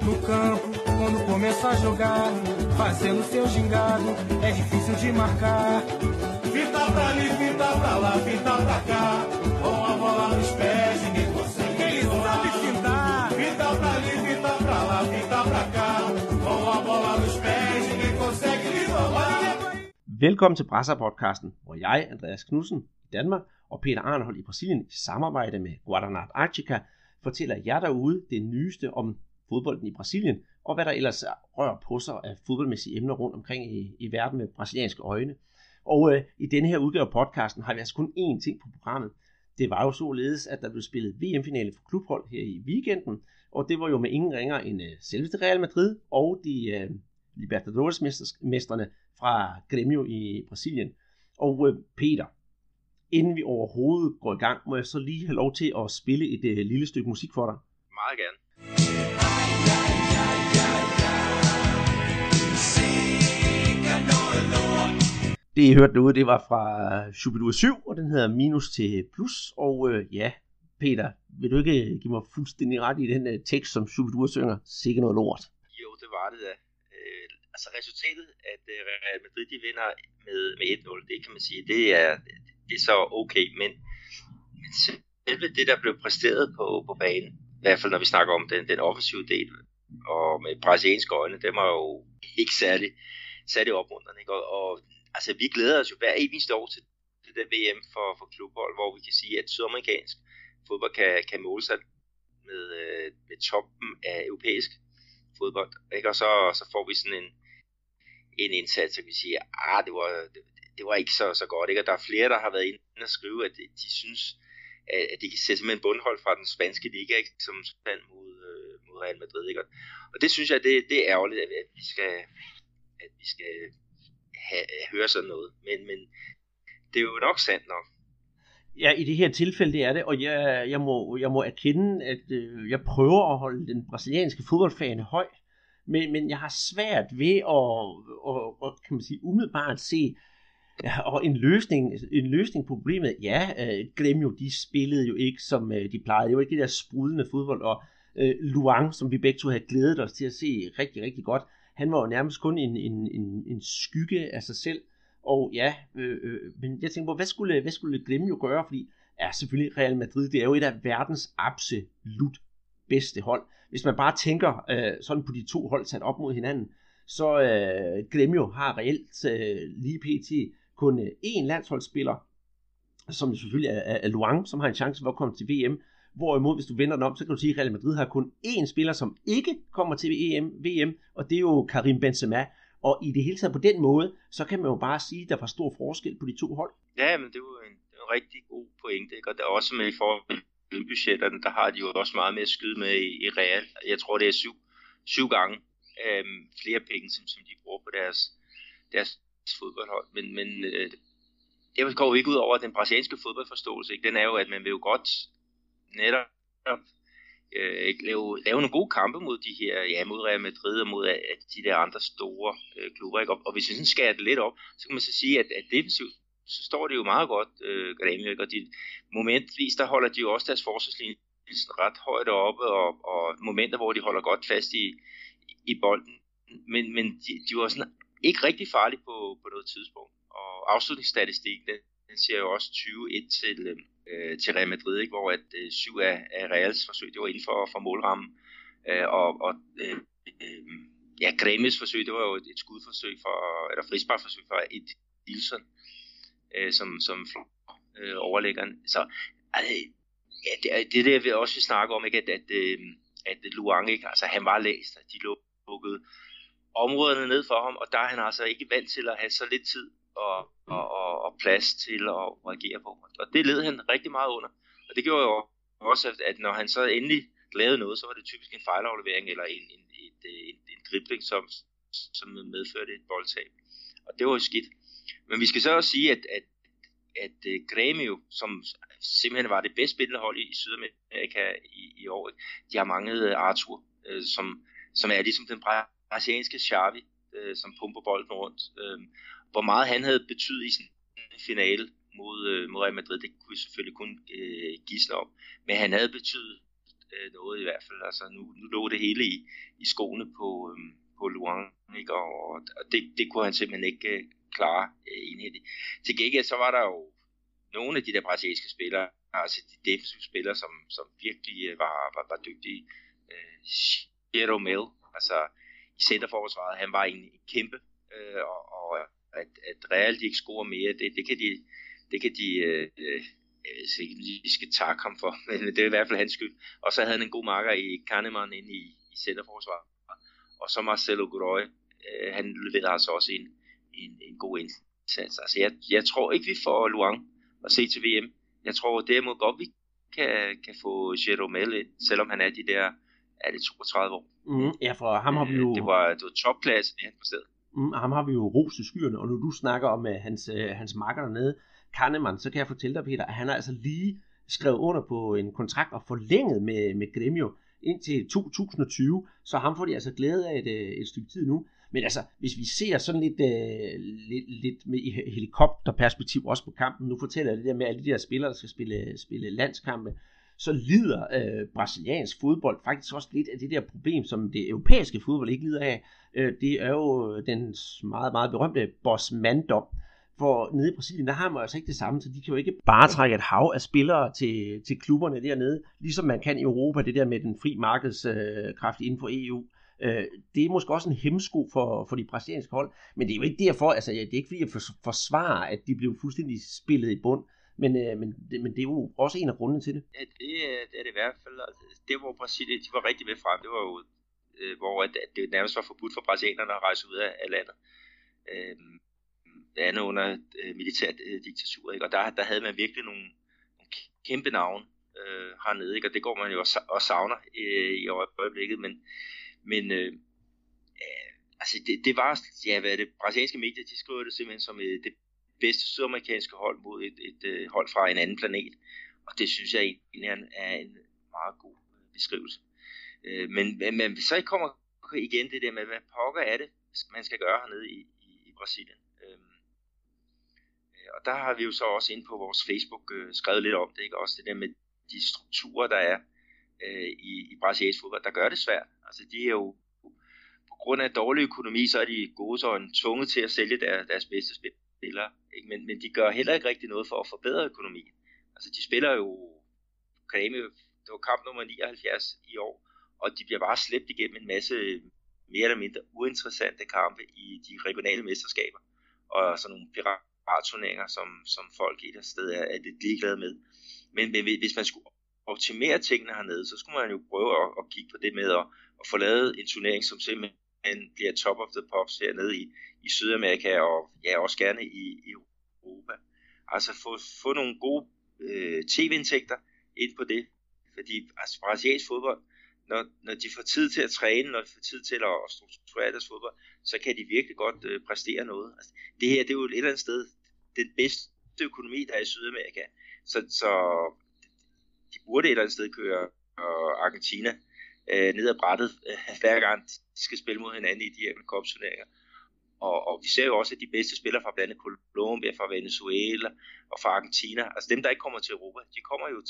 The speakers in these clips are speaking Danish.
No campo, quando começa a jogar, fazendo seu gingado, é difícil de marcar. Fita pra ali, fita pra lá, fita pra cá, com a bola nos pés, ninguém consegue. Ele sabe fintar. Fita pra ali, fita pra lá, fita pra cá, com a bola nos pés, ninguém consegue lhe roubar. Velkommen til Brasser-podcasten, hvor jeg, Andreas Knudsen i Danmark, og Peter Arnhold i Brasilien i samarbejde med Guaraná Artica, fortæller jer derude det nyeste om fodbolden i Brasilien, og hvad der ellers rører på sig af fodboldmæssige emner rundt omkring i verden med brasilianske øjne. Og i denne her udgave af podcasten har vi altså kun én ting på programmet. Det var jo således, at der blev spillet VM-finale for klubhold her i weekenden, og det var jo med ingen ringer end selveste Real Madrid og de Libertadores-mesterne fra Grêmio i Brasilien. Og Peter, inden vi overhovedet går i gang, må jeg så lige have lov til at spille et lille stykke musik for dig. Meget gerne. Det I hørte derude, det var fra Shubidua 7, og den hedder Minus til Plus. Og ja, Peter, vil du ikke give mig fuldstændig ret i den tekst, som Shubidua synger? Sikke noget lort. Jo, det var det da. Altså resultatet, at Real Madrid de vinder med 1-0, det kan man sige, det er så okay, men selve det, der blev præsteret på banen, i hvert fald når vi snakker om den offensive del, og med brasilianske øjne, det var jo ikke særlig opmuntrende, ikke? Og altså, vi glæder os jo hver eneste år til det VM for klubhold, hvor vi kan sige, at sydamerikansk fodbold kan måle sig med toppen af europæisk fodbold, ikke? Og så får vi sådan en indsats, så vi siger, det var ikke så godt, ikke? Og der er flere, der har været inde og skrive, at de synes, at de kan sætte simpelthen bundhold fra den spanske liga, ikke? Som stand mod Real Madrid, ikke? Og det synes jeg, det er ærgerligt, at vi skal høre sådan noget, men det er jo nok sandt nok. Ja, i det her tilfælde det er det, og jeg må erkende, at jeg prøver at holde den brasilianske fodboldfane høj, men jeg har svært ved at kan man sige, umiddelbart se og en løsning på problemet. Ja, Grêmio, de spillede jo ikke som de plejede. Det var ikke det der sprudlende fodbold, og Luan, som vi begge to havde glædet os til at se rigtig, rigtig godt, han var jo nærmest kun en skygge af sig selv. Og ja, men jeg tænker på, hvad skulle Grêmio gøre? Fordi selvfølgelig Real Madrid, det er jo et af verdens absolut bedste hold. Hvis man bare tænker sådan på de to hold sat op mod hinanden, så Grêmio har reelt lige pt. Kun én landsholdsspiller, som selvfølgelig er Luan, som har en chance for at komme til VM. Hvorimod, hvis du vender den om, så kan du sige, at Real Madrid har kun én spiller, som ikke kommer til VM, og det er jo Karim Benzema. Og i det hele taget på den måde, så kan man jo bare sige, at der var stor forskel på de to hold. Ja, men det er jo en rigtig god pointe, ikke? Og der er også med i forhold til budgetterne, der har de jo også meget mere at skyde med i Real. Jeg tror, det er syv gange flere penge, som de bruger på deres fodboldhold. Men det går jo ikke ud over den brasilianske fodboldforståelse, ikke? Den er jo, at man vil jo godt netop lave nogle gode kampe mod de her, mod Real Madrid og mod de der andre store klubber, ikke? Og hvis vi sådan skærer det lidt op, så kan man så sige, at defensivt, så står det jo meget godt, Grêmio, og de momentvis, der holder de jo også deres forsvarslinje ret højt oppe, og momenter, hvor de holder godt fast i bolden, men de var sådan ikke rigtig farlige på noget tidspunkt, og afslutningsstatistikken, den siger jo også 20-1 til Real Madrid, ikke? Hvor at 7 af Reals forsøg, det var inden for målrammen, Grêmios forsøg, det var jo et skudforsøg eller frisparkforsøg fra Edilson, som overlæggeren. Så det der vi også snakker om, ikke? At Luan, ikke? Altså han var læst, de lukkede områderne ned for ham, og der er han altså ikke vant til at have så lidt tid og plads til at reagere på. Og det led han rigtig meget under. Og det gjorde jo også, at når han så endelig lavede noget, så var det typisk en fejlaflevering eller en dribling, som medførte et boldtab. Og det var jo skidt. Men vi skal så også sige, at Grêmio, som simpelthen var det bedst spillende hold i Sydamerika i år, de har manglet Arthur, som er ligesom den brasilianske Xavi, som pumper bolden rundt. Hvor meget han havde betydet i sådan en finale mod Real Madrid, det kunne vi selvfølgelig kun gisne om. Men han havde betydet noget i hvert fald. Altså nu lå det hele i skoene på Luang, ikke? Og det kunne han simpelthen ikke klare enhændigt. Til gengæld så var der jo nogle af de der brasilianske spillere, altså de defensive spillere, som virkelig var dygtige. Jeromel, altså i centerforsvaret, han var en kæmpe, og at Real de ikke scorer mere, det kan de de skal takke ham for, men det er i hvert fald hans skyld. Og så havde han en god marker i Kahneman inde i centerforsvaret, og så Marcelo Godoy, han leverede altså også en god indsats. Altså jeg tror ikke vi får Luang at se til VM. Jeg tror derimod godt vi kan få Jeromel ind, selvom han er de der, er det 32 år. Ja, for ham har vi jo... Det var topklasse, det han præsterede. Ham har vi jo ros til skyerne, og når du snakker om hans makker dernede, Kahneman, så kan jeg fortælle dig, Peter, at han har altså lige skrevet under på en kontrakt og forlænget med Grêmio indtil 2020, så ham får de altså glæde af et stykke tid nu. Men altså, hvis vi ser sådan lidt med helikopterperspektiv også på kampen, nu fortæller jeg det der med alle de der spillere, der skal spille landskampe, så lider brasiliansk fodbold faktisk også lidt af det der problem, som det europæiske fodbold ikke lider af. Det er jo den meget, meget berømte bossmanddom. For nede i Brasilien, der har man altså ikke det samme, så de kan jo ikke bare trække et hav af spillere til klubberne dernede, ligesom man kan i Europa, det der med den fri markedskraft inden for EU. Det er måske også en hemsko for de brasilianske hold, men det er jo ikke derfor, altså det er ikke fordi jeg forsvarer, at de blev fuldstændig spillet i bund, men det er jo også en af grundene til det. Ja, det er det i hvert fald. Altså, det hvor Brasilien, de var rigtig ved frem, det var jo, hvor at det nærmest var forbudt for brasilianerne at rejse ud af landet. Andet under militært diktatur, ikke? Og der havde man virkelig nogle kæmpe navne hernede, ikke? Og det går man jo og savner i øjeblikket, men altså det var, ja, hvad er det, brasilianske medier, de skriver det simpelthen som det bedste sydamerikanske hold mod et hold fra en anden planet, og det synes jeg egentlig er en meget god beskrivelse. Men så kommer igen det der med, hvad pokker er det, man skal gøre hernede i Brasilien. Og der har vi jo så også inde på vores Facebook skrevet lidt om det, ikke? Også det der med de strukturer, der er i brasiliansk fodbold, der gør det svært. Altså de er jo, på grund af dårlig økonomi, så er de gode så tvunget til at sælge deres bedste spillere, ikke? Men de gør heller ikke rigtig noget for at forbedre økonomien. Altså de spiller jo, det var kamp nummer 79 i år, og de bliver bare slæbt igennem en masse mere eller mindre uinteressante kampe i de regionale mesterskaber, og sådan nogle piratturneringer, som folk et eller andet sted er lidt ligeglade med. Men hvis man skulle optimere tingene hernede, så skulle man jo prøve at kigge på det med at få lavet en turnering, som simpelthen bliver top of the pops hernede i Sydamerika, og ja, også gerne i Europa. Altså få nogle gode tv-indtægter ind på det, fordi altså, brasiliansk fodbold, når de får tid til at træne, når de får tid til at strukturere deres fodbold, så kan de virkelig godt præstere noget. Altså, det her, det er jo et eller andet sted den bedste økonomi, der er i Sydamerika. Så de burde et eller andet sted køre Argentina ned ad brættet, hver gang de skal spille mod hinanden i de her kopturneringer. Og vi ser jo også, at de bedste spillere fra blandt andet Colombia, fra Venezuela og fra Argentina, altså dem, der ikke kommer til Europa, de kommer jo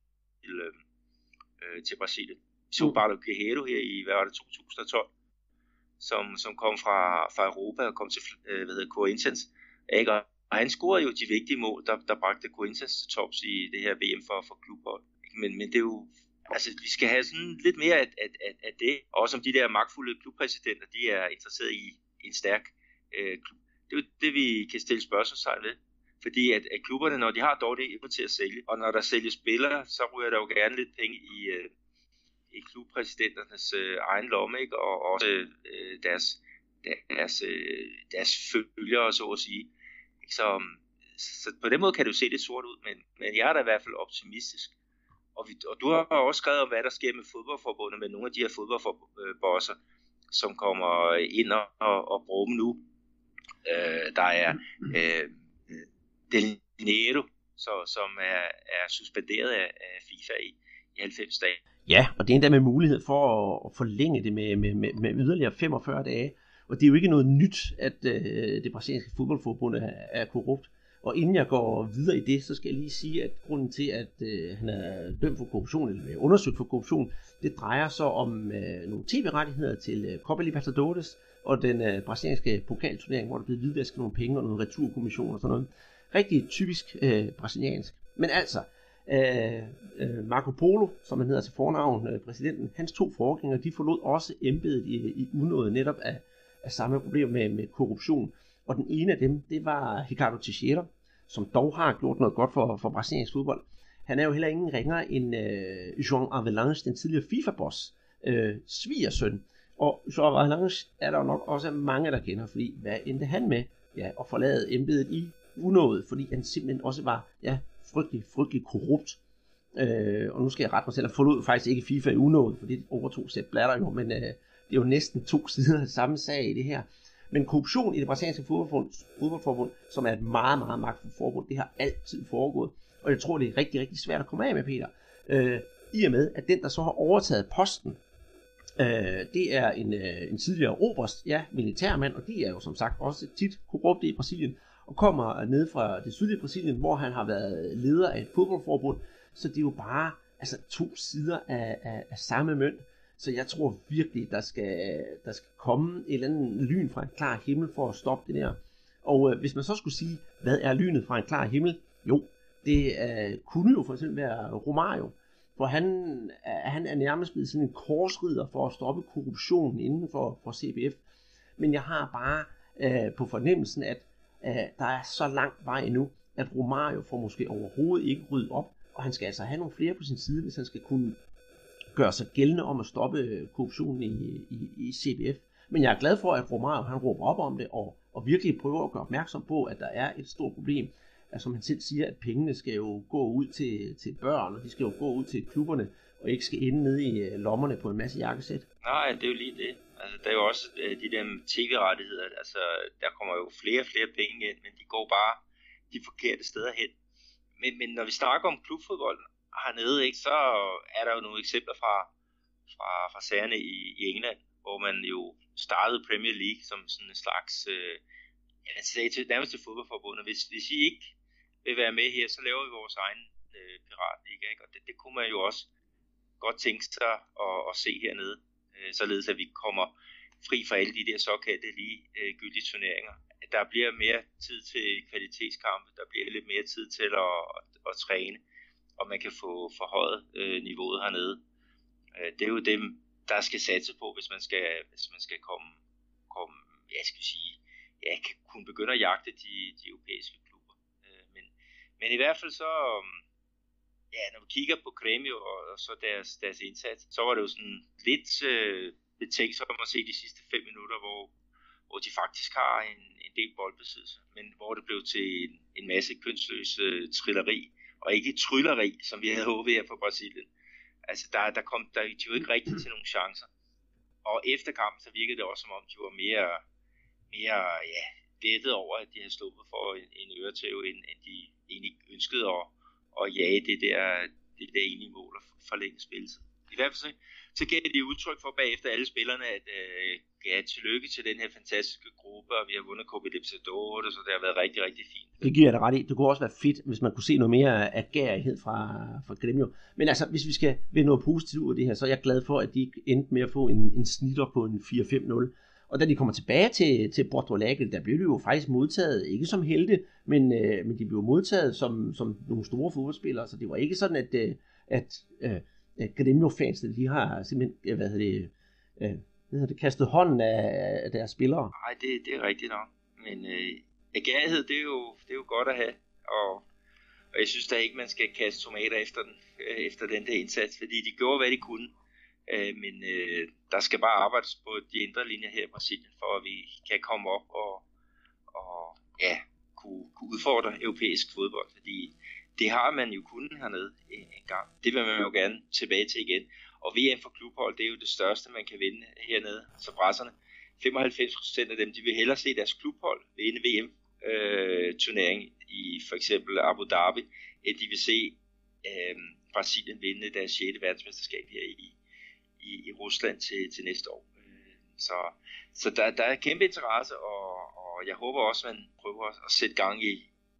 til Brasilien. Vi så Paulo Guerrero her i, 2012, som kom fra Europa og kom til, Corinthians, ikke? Og han scorede jo de vigtige mål, der bragte Corinthians til tops i det her VM for klubhold. Men det er jo, altså vi skal have sådan lidt mere af det, også om de der magtfulde klubpræsidenter, de er interesseret i en stærk klub. Det er jo det, vi kan stille spørgsmålstegn ved. Fordi at klubberne, når de har dårlige evner til at sælge, og når der sælges spillere, så ryger der jo gerne lidt penge i klubpræsidenternes egen lomme, ikke? Og også deres følgere, så at sige. Så på den måde kan det jo se lidt sort ud, men jeg er da i hvert fald optimistisk. Og du har også skrevet om, hvad der sker med fodboldforbundet, med nogle af de her fodboldbosser, som kommer ind og bruger nu. Der er Del Nero, som er suspenderet af FIFA i 90 dage. Ja, og det er endda med mulighed for at forlænge det med yderligere 45 dage. Og det er jo ikke noget nyt, at det brasilianske fodboldforbund er korrupt. Og inden jeg går videre i det, så skal jeg lige sige, at grunden til, at han er dømt for korruption, eller undersøgt for korruption, det drejer sig om nogle tv-rettigheder til Copa Libertadores og den brasilianske pokalturnering, hvor der blev hvidvasket nogle penge og nogle returkommission og sådan noget. Rigtig typisk brasiliansk. Men altså, Marco Polo, som han hedder til fornavn, præsidenten, hans 2 forgængere, de forlod også embedet i unåde netop af samme problem med korruption. Og den ene af dem, det var Ricardo Teixeira, som dog har gjort noget godt for brasiliansk fodbold. Han er jo heller ingen ringere end João Avelange, den tidligere FIFA-boss, svigersøn. Og João Avelange er der jo nok også mange, der kender, fordi hvad endte han med? Ja, at forlade embedet i unåde, fordi han simpelthen også var frygtelig korrupt. Og nu skal jeg rette mig selv, han forlod faktisk ikke FIFA i unåde, for det overtog Sepp Blatter jo, men det er jo næsten 2 sider af samme sag i det her. Men korruption i det brasilianske fodboldforbund, som er et meget, meget magtfuldt forbund, det har altid foregået. Og jeg tror, det er rigtig, rigtig svært at komme af med, Peter. I og med, at den, der så har overtaget posten, det er en tidligere oberst, militærmand, og de er jo som sagt også tit korrupte i Brasilien, og kommer ned fra det sydlige Brasilien, hvor han har været leder af et fodboldforbund. Så det er jo bare 2 sider af samme mønt. Så jeg tror virkelig, der skal komme et eller andet lyn fra en klar himmel for at stoppe det der. Og hvis man så skulle sige, hvad er lynet fra en klar himmel? Jo, det kunne jo for eksempel være Romario. For han er nærmest blevet sådan en korsridder for at stoppe korruptionen inden for CBF. Men jeg har bare på fornemmelsen, at der er så lang vej endnu, at Romario får måske overhovedet ikke ryddet op. Og han skal altså have nogle flere på sin side, hvis han skal kunne gøre sig gældende om at stoppe korruptionen i CBF. Men jeg er glad for, at Romario han råber op om det, og virkelig prøver at gøre opmærksom på, at der er et stort problem. Altså, som han selv siger, at pengene skal jo gå ud til børn, og de skal jo gå ud til klubberne, og ikke skal ende nede i lommerne på en masse jakkesæt. Nej, det er jo lige det. Altså, der er jo også de der tv-rettigheder. Altså, der kommer jo flere og flere penge ind, men de går bare de forkerte steder hen. Men når vi snakker om klubfodbold hernede, ikke, så er der jo nogle eksempler fra sagerne i England, hvor man jo startede Premier League som sådan en slags, nærmest til fodboldforbundet. Hvis I ikke vil være med her, så laver vi vores egen piratliga, ikke? Og det kunne man jo også godt tænke sig at se hernede, således at vi kommer fri fra alle de der såkaldte ligegyldige turneringer. Der bliver mere tid til kvalitetskampe, der bliver lidt mere tid til at træne, og man kan få forhøjet niveauet hernede. Det er jo dem, der skal satse på, hvis man skal komme kunne begynde at jagte de europæiske klubber. Men i hvert fald så, når vi kigger på Grêmio og så deres indsats, så var det jo sådan lidt betænksomt at se de sidste 5 minutter, hvor de faktisk har en del boldbesiddelse, men hvor det blev til en masse kønsløs trilleri, og ikke trylleri, som vi havde håbet her for Brasilien. Altså, der kom de jo ikke rigtig til nogle chancer. Og efter kampen, så virkede det også, som om de var mere lettet over, at de havde sluppet for en øretæve, end de egentlig ønskede at jage det der enige mål og forlænge spilletid. I hvert fald så gav det udtryk for bagefter alle spillerne, at tillykke til den her fantastiske gruppe, og vi har vundet Copa Libertadores, så det har været rigtig, rigtig fint. Det giver jeg dig ret i. Det kunne også være fedt, hvis man kunne se noget mere agerighed fra Grêmio. Men altså, hvis vi skal vinde noget positivt ud af det her, så er jeg glad for, at de ikke endte med at få en snitter på en 4-5-0. Og da de kommer tilbage til Porto Alegre, der blev de jo faktisk modtaget, ikke som helte, men de blev modtaget som nogle store fodboldspillere, så det var ikke sådan, at Grêmio-fansene, de har simpelthen, kastet hånden af deres spillere. Nej, det er rigtigt nok. Men agerighed, det er jo godt at have, og jeg synes da ikke, man skal kaste tomater efter den der indsats, fordi de gjorde, hvad de kunne. Men der skal bare arbejdes på de indre linjer her i Brasilien, for at vi kan komme op og kunne udfordre europæisk fodbold, fordi det har man jo kunnet hernede en gang. Det vil man jo gerne tilbage til igen. Og VM for klubhold, det er jo det største, man kan vinde hernede. Så brasserne, 95% af dem, de vil hellere se deres klubhold vinde VM-turnering i for eksempel Abu Dhabi, end de vil se Brasilien vinde deres 6. verdensmesterskab her i Rusland til næste år. Så der er kæmpe interesse, og jeg håber også, man prøver at sætte gang i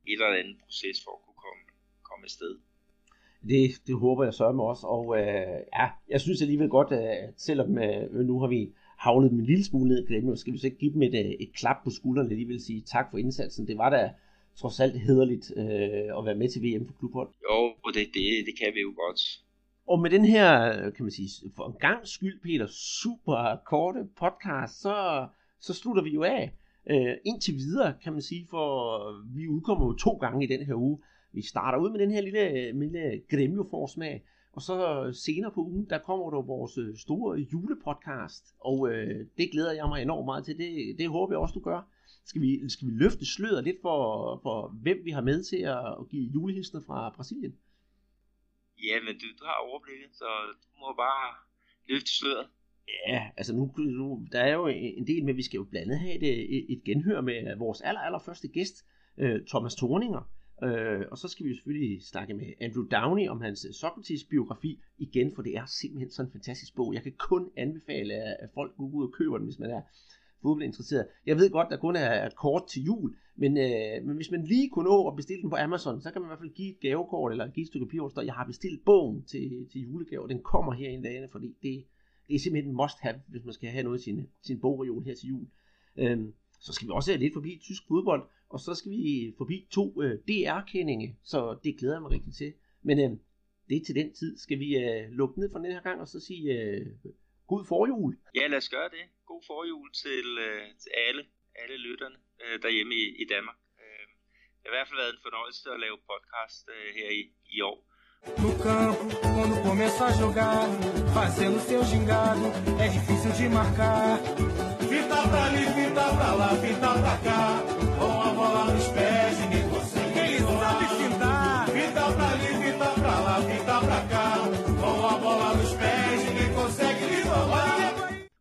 eller anden proces for at kunne komme afsted. Det håber jeg så med også, og jeg synes alligevel godt, at selvom nu har vi havlet dem en lille smule ned i Gremio, skal vi så ikke give dem et klap på skuldrene, alligevel sige tak for indsatsen. Det var da trods alt hæderligt at være med til VM for klubhold. Jo, det kan vi jo godt. Og med den her, kan man sige, for en gang skyld, Peter, super korte podcast, så slutter vi jo af. Indtil videre, kan man sige, for vi udkommer jo 2 gange i den her uge. Vi starter ud med den her lille Gremio-forsmag, og så senere på ugen, der kommer der vores store julepodcast, og det glæder jeg mig enormt meget til. Det håber jeg også, du gør. Skal vi løfte sløret lidt for hvem vi har med til at give julehilsner fra Brasilien? Ja, men du har overblikket, så du må bare løfte sløret. Ja, altså nu der er jo en del med, vi skal jo blandt andet have et genhør med vores allerførste gæst, Thomas Thorninger. Og så skal vi jo selvfølgelig snakke med Andrew Downey om hans Socrates-biografi igen, for det er simpelthen sådan en fantastisk bog. Jeg kan kun anbefale, at folk går ud og køber den, hvis man er fodboldinteresseret. Jeg ved godt, der kun er kort til jul, men hvis man lige kunne nå at bestille den på Amazon, så kan man i hvert fald give et gavekort eller give et stykke papir, jeg har bestilt bogen til julegave, og den kommer her en dagene, fordi det er simpelthen en must-have, hvis man skal have noget i sin bogreol her til jul. Så skal vi også lidt forbi tysk fodbold, og så skal vi forbi 2 DR-kendinge, så det glæder jeg mig rigtig til. Men det er til den tid. Skal vi lukke ned for den her gang, og så sige god forjul? Ja, lad os gøre det. God forjul til alle lytterne derhjemme i Danmark. Det har i hvert fald været en fornøjelse at lave podcast her i år. No campo, quando começa a jogar, fazendo seu gingado, é difícil de marcar. Fita pra ali, fita pra lá, fita pra cá.